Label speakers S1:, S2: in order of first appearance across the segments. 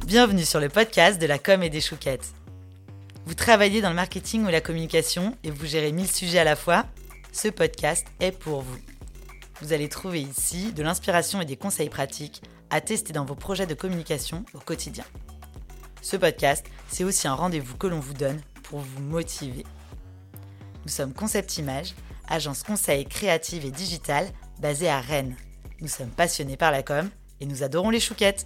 S1: Bienvenue sur le podcast de la com et des chouquettes. Vous travaillez dans le marketing ou la communication et vous gérez 1000 sujets à la fois? Ce podcast est pour vous. Vous allez trouver ici de l'inspiration et des conseils pratiques à tester dans vos projets de communication au quotidien. Ce podcast, c'est aussi un rendez-vous que l'on vous donne pour vous motiver. Nous sommes Concept Image, agence conseil créative et digitale basée à Rennes. Nous sommes passionnés par la com et nous adorons les chouquettes.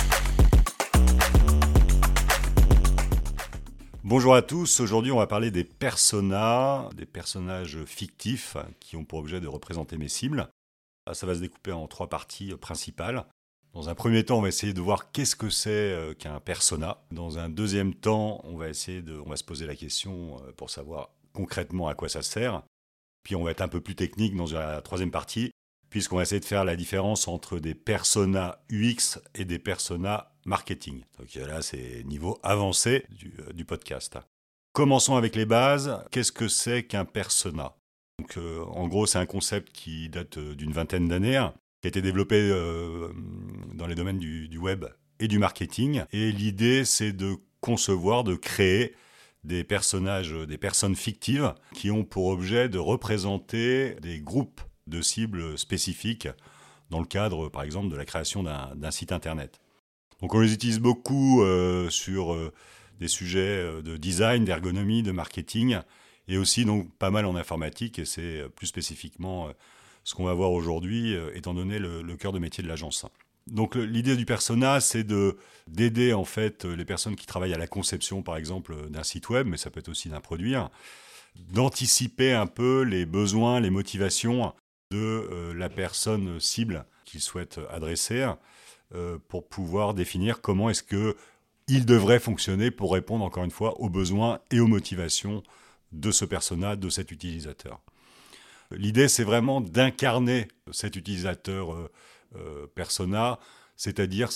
S2: Bonjour à tous, aujourd'hui on va parler des personas, des personnages fictifs qui ont pour objet de représenter mes cibles. Ça va se découper en 3 parties principales. Dans un premier temps, on va essayer de voir qu'est-ce que c'est qu'un persona. Dans un deuxième temps, on va se poser la question pour savoir concrètement à quoi ça sert. Puis on va être un peu plus technique dans la troisième partie, puisqu'on va essayer de faire la différence entre des personas UX et des personas marketing. Donc là, c'est niveau avancé du podcast. Commençons avec les bases. Qu'est-ce que c'est qu'un persona ? Donc, en gros, c'est un concept qui date d'une vingtaine d'années, qui a été développé dans les domaines du web et du marketing. Et l'idée, c'est de concevoir, de créer des personnages, des personnes fictives qui ont pour objet de représenter des groupes de cibles spécifiques dans le cadre, par exemple, de la création d'un site internet. Donc on les utilise beaucoup sur des sujets de design, d'ergonomie, de marketing, et aussi donc pas mal en informatique, et c'est plus spécifiquement ce qu'on va voir aujourd'hui, étant donné le cœur de métier de l'agence. Donc l'idée du persona, c'est d'aider en fait les personnes qui travaillent à la conception, par exemple, d'un site web, mais ça peut être aussi d'un produit, d'anticiper un peu les besoins, les motivations de la personne cible qu'ils souhaitent adresser, pour pouvoir définir comment est-ce qu'il devrait fonctionner pour répondre, encore une fois, aux besoins et aux motivations de ce persona, de cet utilisateur. L'idée, c'est vraiment d'incarner cet utilisateur persona, c'est-à-dire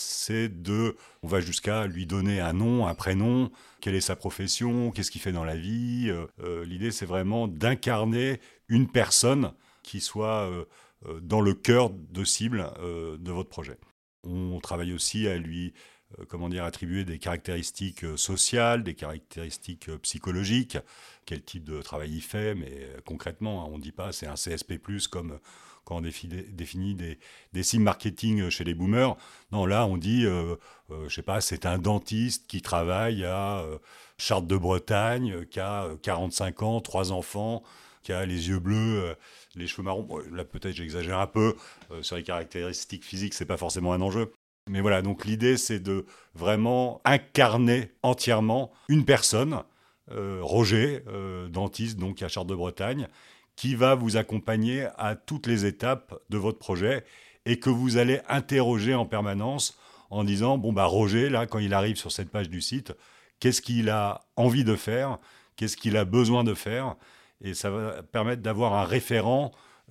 S2: on va jusqu'à lui donner un nom, un prénom, quelle est sa profession, qu'est-ce qu'il fait dans la vie. L'idée, c'est vraiment d'incarner une personne qui soit dans le cœur de cible de votre projet. On travaille aussi à lui attribuer des caractéristiques sociales, des caractéristiques psychologiques, quel type de travail il fait, mais concrètement, on ne dit pas c'est un CSP+, comme quand on définit des cibles marketing chez les boomers. Non, là, on dit, c'est un dentiste qui travaille à Chartres de Bretagne, qui a 45 ans, 3 enfants, qui a les yeux bleus, les cheveux marrons. Bon, là, peut-être j'exagère un peu. Sur les caractéristiques physiques, c'est pas forcément un enjeu. Mais voilà, donc l'idée, c'est de vraiment incarner entièrement une personne, Roger, dentiste, donc à Chartres de Bretagne, qui va vous accompagner à toutes les étapes de votre projet et que vous allez interroger en permanence en disant, Roger, là, quand il arrive sur cette page du site, qu'est-ce qu'il a envie de faire ? Qu'est-ce qu'il a besoin de faire ? Et ça va permettre d'avoir un référent,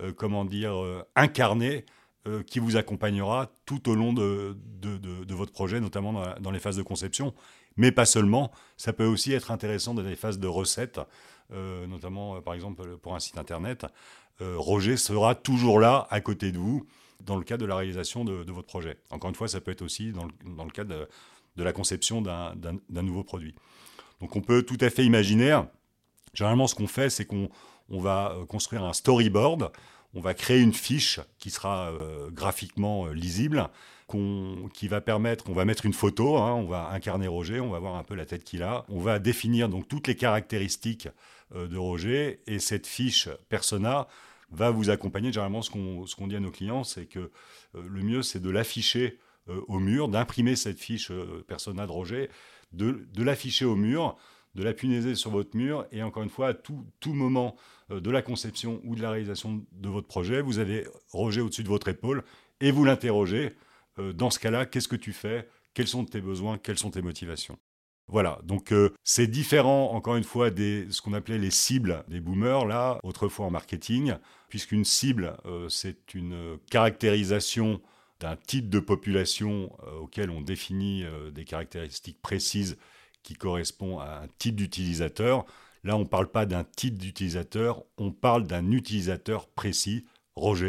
S2: incarné, qui vous accompagnera tout au long de votre projet, notamment dans les phases de conception. Mais pas seulement, ça peut aussi être intéressant dans les phases de recettes, notamment par exemple pour un site internet. Roger sera toujours là, à côté de vous, dans le cadre de la réalisation de votre projet. Encore une fois, ça peut être aussi dans le cadre de la conception d'un nouveau produit. Donc on peut tout à fait imaginer, généralement ce qu'on fait, c'est qu'on va construire un storyboard. On va créer une fiche qui sera graphiquement lisible, qui va permettre, on va mettre une photo, on va incarner Roger, on va voir un peu la tête qu'il a. On va définir donc toutes les caractéristiques de Roger, et cette fiche persona va vous accompagner. Généralement, ce qu'on dit à nos clients, c'est que le mieux, c'est de l'afficher au mur, d'imprimer cette fiche persona de Roger, de l'afficher au mur, de la punaiser sur votre mur, et encore une fois, à tout moment de la conception ou de la réalisation de votre projet, vous avez Roger au-dessus de votre épaule et vous l'interrogez. Dans ce cas-là, qu'est-ce que tu fais ? Quels sont tes besoins ? Quelles sont tes motivations ? Voilà, donc c'est différent, encore une fois, ce qu'on appelait les cibles des boomers, là, autrefois en marketing, puisqu'une cible, c'est une caractérisation d'un type de population auquel on définit des caractéristiques précises qui correspond à un type d'utilisateur. Là, on ne parle pas d'un type d'utilisateur, on parle d'un utilisateur précis, Roger,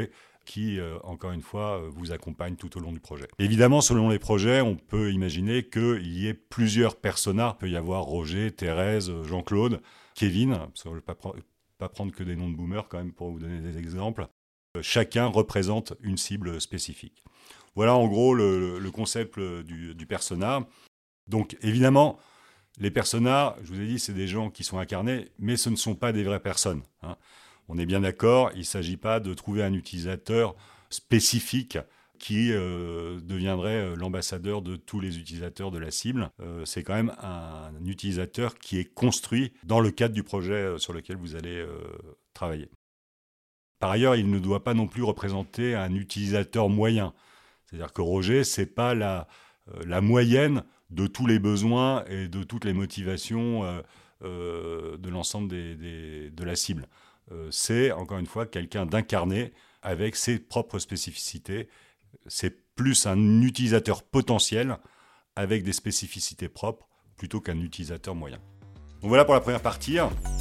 S2: qui, encore une fois, vous accompagnent tout au long du projet. Évidemment, selon les projets, on peut imaginer qu'il y ait plusieurs personas. Il peut y avoir Roger, Thérèse, Jean-Claude, Kevin, parce qu'on ne va pas prendre que des noms de boomers quand même pour vous donner des exemples. Chacun représente une cible spécifique. Voilà en gros le concept du persona. Donc évidemment, les personas, je vous ai dit, c'est des gens qui sont incarnés, mais ce ne sont pas des vraies personnes. On est bien d'accord, il ne s'agit pas de trouver un utilisateur spécifique qui deviendrait l'ambassadeur de tous les utilisateurs de la cible. C'est quand même un utilisateur qui est construit dans le cadre du projet sur lequel vous allez travailler. Par ailleurs, il ne doit pas non plus représenter un utilisateur moyen. C'est-à-dire que Roger, ce n'est pas la moyenne de tous les besoins et de toutes les motivations de l'ensemble de la cible. C'est, encore une fois, quelqu'un d'incarné avec ses propres spécificités. C'est plus un utilisateur potentiel avec des spécificités propres plutôt qu'un utilisateur moyen. Donc voilà pour la première partie.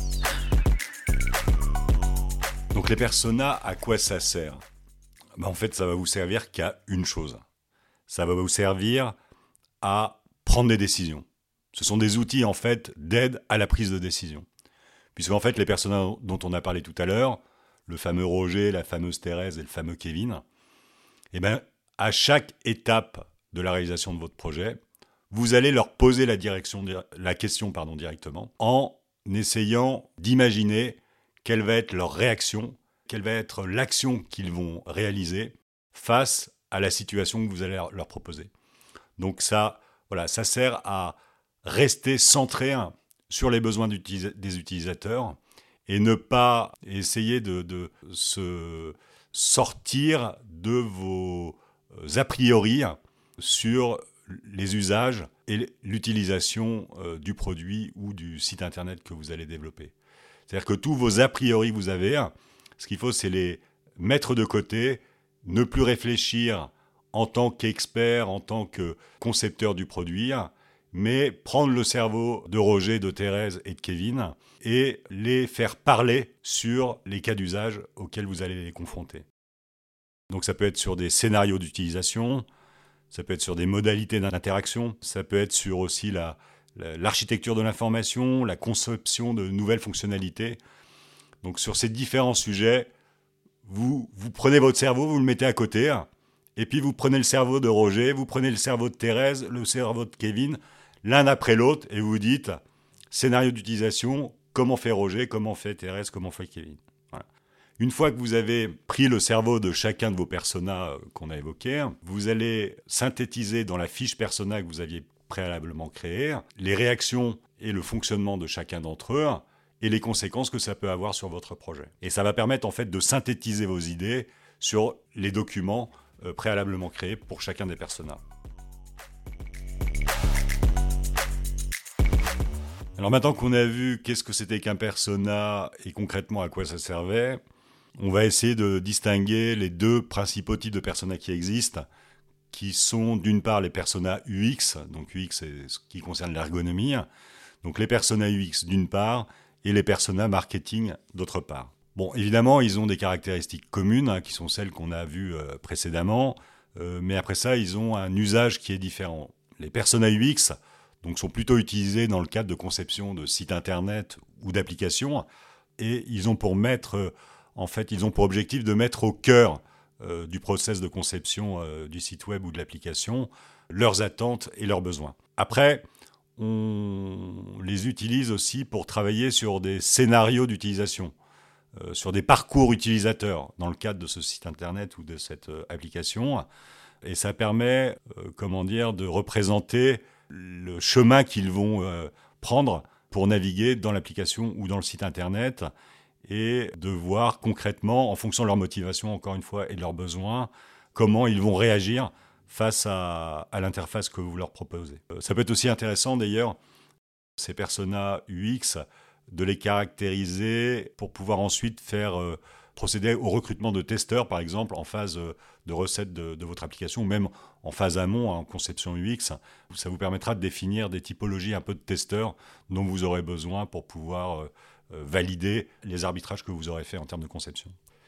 S2: Donc les personas, à quoi ça sert ? En fait, ça va vous servir qu'à une chose. Ça va vous servir à prendre des décisions. Ce sont des outils, en fait, d'aide à la prise de décision. Puisqu'en fait, les personnages dont on a parlé tout à l'heure, le fameux Roger, la fameuse Thérèse et le fameux Kevin, à chaque étape de la réalisation de votre projet, vous allez leur poser la question directement en essayant d'imaginer quelle va être leur réaction, quelle va être l'action qu'ils vont réaliser face à la situation que vous allez leur proposer. Donc ça sert à rester centré sur les besoins des utilisateurs et ne pas essayer de se sortir de vos a priori sur les usages et l'utilisation du produit ou du site internet que vous allez développer. C'est-à-dire que tous vos a priori que vous avez, ce qu'il faut, c'est les mettre de côté, ne plus réfléchir en tant qu'expert, en tant que concepteur du produit, mais prendre le cerveau de Roger, de Thérèse et de Kevin et les faire parler sur les cas d'usage auxquels vous allez les confronter. Donc ça peut être sur des scénarios d'utilisation, ça peut être sur des modalités d'interaction, ça peut être sur aussi l'architecture de l'information, la conception de nouvelles fonctionnalités. Donc sur ces différents sujets, vous prenez votre cerveau, vous le mettez à côté, et puis vous prenez le cerveau de Roger, vous prenez le cerveau de Thérèse, le cerveau de Kevin, l'un après l'autre, et vous dites, scénario d'utilisation, comment fait Roger, comment fait Thérèse, comment fait Kevin. Voilà. Une fois que vous avez pris le cerveau de chacun de vos personas qu'on a évoqués, vous allez synthétiser dans la fiche persona que vous aviez préalablement créée les réactions et le fonctionnement de chacun d'entre eux et les conséquences que ça peut avoir sur votre projet. Et ça va permettre en fait de synthétiser vos idées sur les documents préalablement créés pour chacun des personas. Alors maintenant qu'on a vu qu'est-ce que c'était qu'un persona et concrètement à quoi ça servait, on va essayer de distinguer les deux principaux types de personas qui existent, qui sont d'une part les personas UX, donc UX c'est ce qui concerne l'ergonomie, donc les personas UX d'une part et les personas marketing d'autre part. Bon, évidemment, ils ont des caractéristiques communes, qui sont celles qu'on a vues précédemment, mais après ça, ils ont un usage qui est différent. Les personas UX donc, sont plutôt utilisés dans le cadre de conception de sites internet ou d'applications, et ils ont pour objectif de mettre au cœur du process de conception du site web ou de l'application leurs attentes et leurs besoins. Après, on les utilise aussi pour travailler sur des scénarios d'utilisation, sur des parcours utilisateurs dans le cadre de ce site internet ou de cette application. Et ça permet, de représenter le chemin qu'ils vont prendre pour naviguer dans l'application ou dans le site internet et de voir concrètement, en fonction de leur motivation, encore une fois, et de leurs besoins, comment ils vont réagir face à l'interface que vous leur proposez. Ça peut être aussi intéressant d'ailleurs, ces personas UX, de les caractériser pour pouvoir ensuite procéder au recrutement de testeurs, par exemple, en phase de recette de votre application, ou même en phase amont, en conception UX. Ça vous permettra de définir des typologies un peu de testeurs dont vous aurez besoin pour pouvoir valider les arbitrages que vous aurez faits en termes de conception.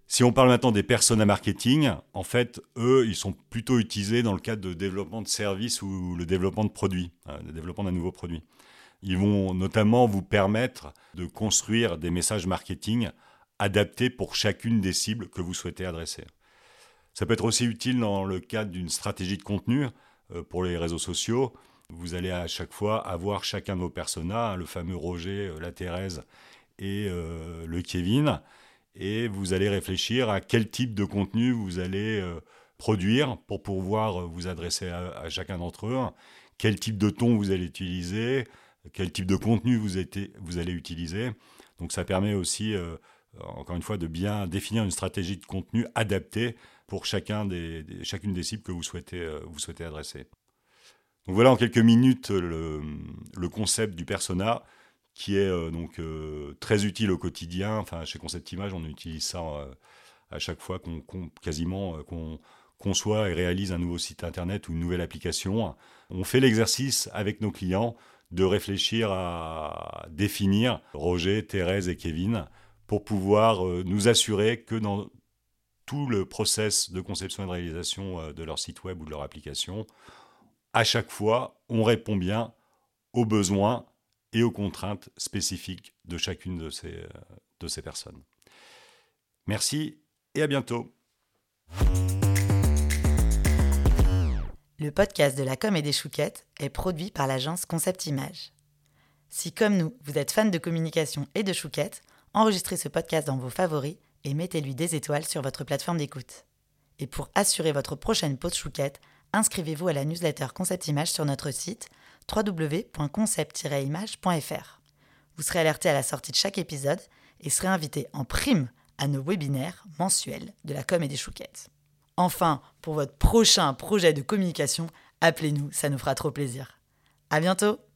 S2: Si on parle maintenant des personas marketing, en fait, eux, ils sont plutôt utilisés dans le cadre de développement de services ou le développement de produits, le développement d'un nouveau produit. Ils vont notamment vous permettre de construire des messages marketing adaptés pour chacune des cibles que vous souhaitez adresser. Ça peut être aussi utile dans le cadre d'une stratégie de contenu pour les réseaux sociaux. Vous allez à chaque fois avoir chacun de vos personas, le fameux Roger, la Thérèse et le Kevin, et vous allez réfléchir à quel type de contenu vous allez produire pour pouvoir vous adresser à chacun d'entre eux, quel type de ton vous allez utiliser, quel type de contenu vous allez utiliser. Donc ça permet aussi, encore une fois, de bien définir une stratégie de contenu adaptée pour chacune des cibles que vous souhaitez adresser. Donc voilà en quelques minutes le concept du persona qui est très utile au quotidien. Enfin, chez Concept Image, on utilise ça à chaque fois qu'on conçoit et réalise un nouveau site internet ou une nouvelle application. On fait l'exercice avec nos clients de réfléchir à définir Roger, Thérèse et Kevin pour pouvoir nous assurer que dans tout le process de conception et de réalisation de leur site web ou de leur application, à chaque fois, on répond bien aux besoins et aux contraintes spécifiques de chacune de ces personnes. Merci et à bientôt.
S1: Le podcast de la com et des chouquettes est produit par l'agence Concept Image. Si, comme nous, vous êtes fan de communication et de chouquettes, enregistrez ce podcast dans vos favoris et mettez-lui des étoiles sur votre plateforme d'écoute. Et pour assurer votre prochaine pause chouquette, inscrivez-vous à la newsletter Concept Image sur notre site www.concept-image.fr. Vous serez alerté à la sortie de chaque épisode et serez invité en prime à nos webinaires mensuels de la com et des chouquettes. Enfin, pour votre prochain projet de communication, appelez-nous, ça nous fera trop plaisir. À bientôt!